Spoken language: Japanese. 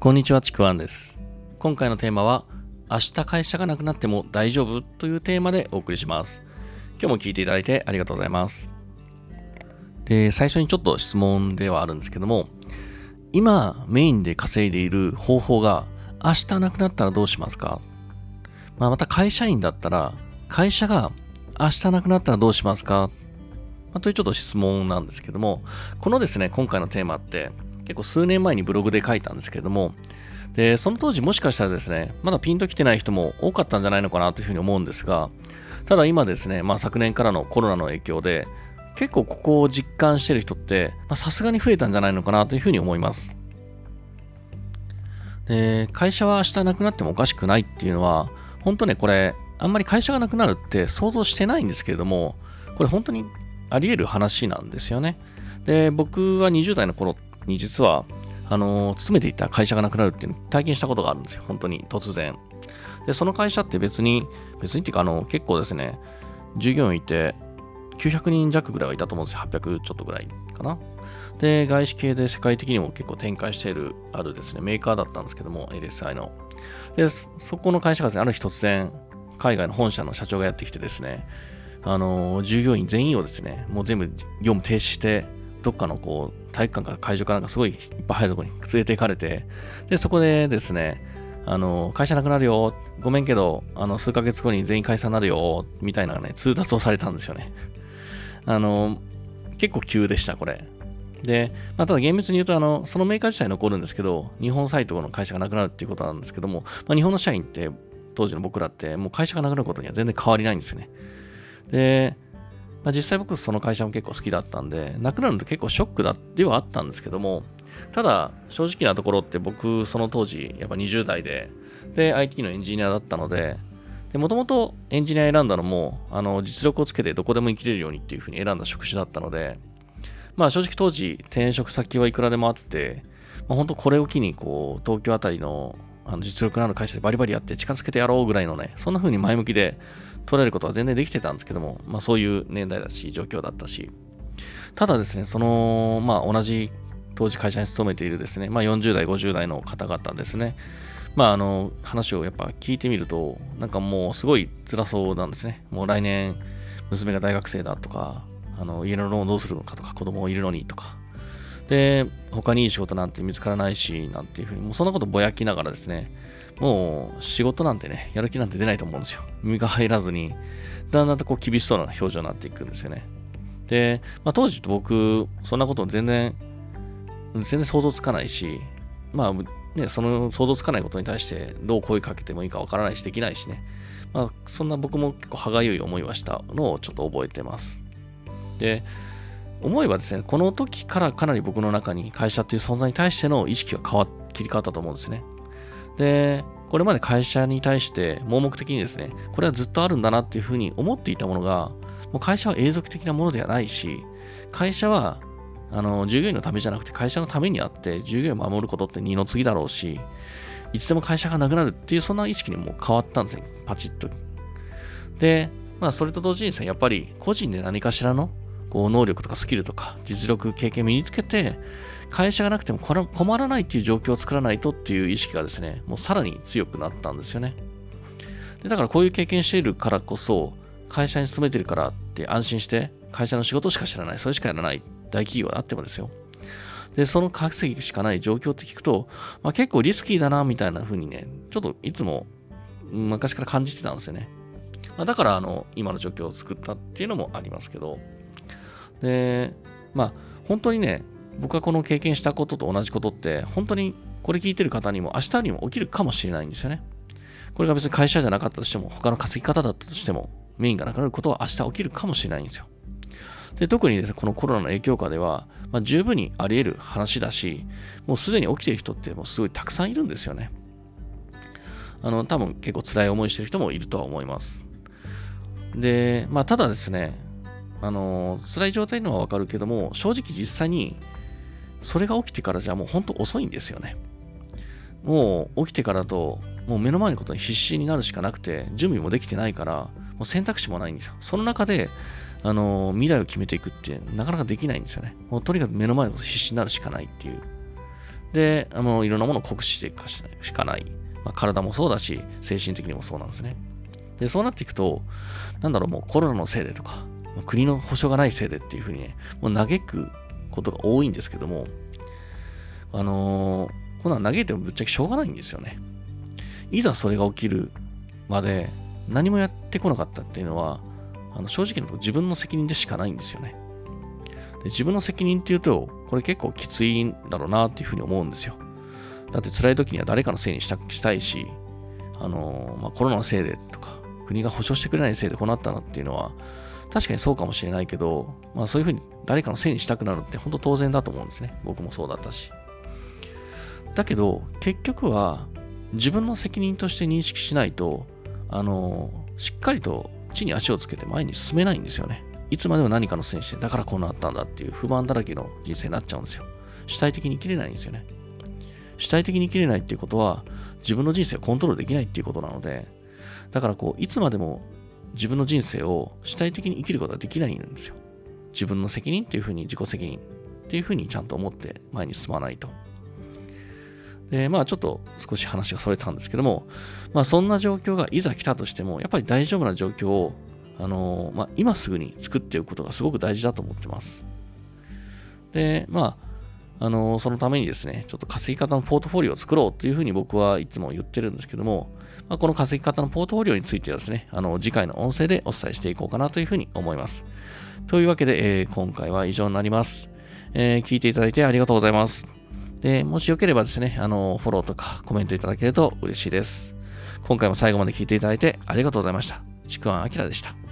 こんにちは、ちくわんです。今回のテーマは、明日会社がなくなっても大丈夫というテーマでお送りします。今日も聞いていただいてありがとうございます。で、最初にちょっと質問ではあるんですけども、今メインで稼いでいる方法が明日なくなったらどうしますか？また会社員だったら、会社が明日なくなったらどうしますか？というちょっと質問なんですけども、このですね、今回のテーマって結構数年前にブログで書いたんですけれども、で、その当時もしかしたらですね、まだピンときてない人も多かったんじゃないのかなというふうに思うんですが、ただ今ですね、昨年からのコロナの影響で、結構ここを実感している人って、さすがに増えたんじゃないのかなというふうに思います。で、会社は明日なくなってもおかしくないっていうのは、本当ね、これ、あんまり会社がなくなるって想像してないんですけれども、これ本当にあり得る話なんですよね。で、僕は20代の頃に実は、勤めていた会社がなくなるっていうのを体験したことがあるんですよ。本当に突然。で、その会社って別にっていうか、結構ですね、従業員いて900人弱ぐらいはいたと思うんですよ。800ちょっとぐらいかな。で、外資系で世界的にも結構展開している、あるですね、メーカーだったんですけども、LSI の。で、そこの会社がですね、ある日突然、海外の本社の社長がやってきてですね、従業員全員をですね、もう全部業務停止して、どっかの体育館か会場かなんかすごいいっぱい入るところに連れて行かれて、で、そこでですね、会社なくなるよ、ごめんけど、数ヶ月後に全員解散になるよ、みたいなね、通達をされたんですよね。結構急でした、これ。で、ただ厳密に言うと、そのメーカー自体残るんですけど、日本サイトの会社がなくなるっていうことなんですけども、日本の社員って、当時の僕らって、もう会社がなくなることには全然変わりないんですよね。で、実際僕その会社も結構好きだったんで、なくなるのって結構ショックではあったんですけども、ただ正直なところって僕その当時やっぱ20代で、IT のエンジニアだったので、もともとエンジニア選んだのも、実力をつけてどこでも生きれるようにっていうふうに選んだ職種だったので、正直当時転職先はいくらでもあって、本当これを機に東京あたりの実力のある会社でバリバリやって近づけてやろうぐらいのね、そんな風に前向きで捉えることは全然できてたんですけども、そういう年代だし、状況だったし。ただですね、同じ当時会社に勤めているですね、40代、50代の方々ですね、話をやっぱ聞いてみると、なんかもうすごい辛そうなんですね。もう来年、娘が大学生だとか、家のローンどうするのかとか、子供いるのにとか、で、他にいい仕事なんて見つからないし、なんていうふうに、もうそんなことぼやきながらですね、もう仕事なんてね、やる気なんて出ないと思うんですよ。身が入らずに、だんだんと厳しそうな表情になっていくんですよね。で、当時と僕、そんなこと全然想像つかないし、その想像つかないことに対してどう声かけてもいいかわからないし、できないしね。そんな僕も結構歯がゆい思いはしたのをちょっと覚えてます。で、思えばですね、この時からかなり僕の中に会社っていう存在に対しての意識が切り替わったと思うんですね。で、これまで会社に対して盲目的にですね、これはずっとあるんだなっていうふうに思っていたものが、もう会社は永続的なものではないし、会社は従業員のためじゃなくて会社のためにあって、従業員を守ることって二の次だろうし、いつでも会社がなくなるっていうそんな意識にも変わったんですね、パチッと。で、それと同時にですね、やっぱり個人で何かしらの能力とかスキルとか実力、経験を身につけて、会社がなくても困らないっていう状況を作らないとっていう意識がですね、もうさらに強くなったんですよね。で、だからこういう経験しているからこそ、会社に勤めてるからって安心して、会社の仕事しか知らない、それしかやらない大企業があってもですよ。で、その稼ぎしかない状況って聞くと、結構リスキーだな、みたいな風にね、ちょっといつも昔から感じてたんですよね。だから今の状況を作ったっていうのもありますけど、で、本当にね、僕がこの経験したことと同じことって、本当にこれ聞いてる方にも明日にも起きるかもしれないんですよね。これが別に会社じゃなかったとしても、他の稼ぎ方だったとしても、メインがなくなることは明日起きるかもしれないんですよ。で、特にですね、このコロナの影響下では、十分にあり得る話だし、もうすでに起きている人ってもうすごいたくさんいるんですよね。多分結構辛い思いしてる人もいるとは思います。で、ただですね、辛い状態のはわかるけども、正直実際にそれが起きてからじゃもう本当遅いんですよね。もう起きてからと、もう目の前のことに必死になるしかなくて、準備もできてないから、もう選択肢もないんですよ。その中で、未来を決めていくってなかなかできないんですよね。もうとにかく目の前のこと必死になるしかないっていう。 で、いろんなものを酷使していくしかない。体もそうだし、精神的にもそうなんですね。で、そうなっていくと、もうコロナのせいでとか、国の保障がないせいでっていうふうにね、もう嘆くことが多いんですけども、こんなの嘆いてもぶっちゃけしょうがないんですよね。いざそれが起きるまで何もやってこなかったっていうのは、正直なところ自分の責任でしかないんですよね。で、自分の責任っていうと、これ結構きついんだろうなっていうふうに思うんですよ。だって辛い時には誰かのせいにしたいし、コロナのせいでとか、国が保障してくれないせいでこうなったなっていうのは、確かにそうかもしれないけど、そういうふうに誰かのせいにしたくなるって本当当然だと思うんですね。僕もそうだったし。だけど、結局は自分の責任として認識しないと、しっかりと地に足をつけて前に進めないんですよね。いつまでも何かのせいにして、だからこうなったんだっていう不満だらけの人生になっちゃうんですよ。主体的に生きれないんですよね。主体的に生きれないっていうことは、自分の人生をコントロールできないっていうことなので、だからいつまでも自分の人生を主体的に生きることができないんですよ。自分の責任っていうふうに、自己責任っていうふうにちゃんと思って前に進まないと。で、ちょっと少し話がそれたんですけども、そんな状況がいざ来たとしても、やっぱり大丈夫な状況を、今すぐに作っておくことがすごく大事だと思ってます。で、そのためにですね、ちょっと稼ぎ方のポートフォリオを作ろうというふうに僕はいつも言ってるんですけども、この稼ぎ方のポートフォリオについてはですね、次回の音声でお伝えしていこうかなというふうに思います。というわけで、今回は以上になります。聞いていただいてありがとうございます。で、もしよければですね、フォローとかコメントいただけると嬉しいです。今回も最後まで聞いていただいてありがとうございました。ちくわんあきらでした。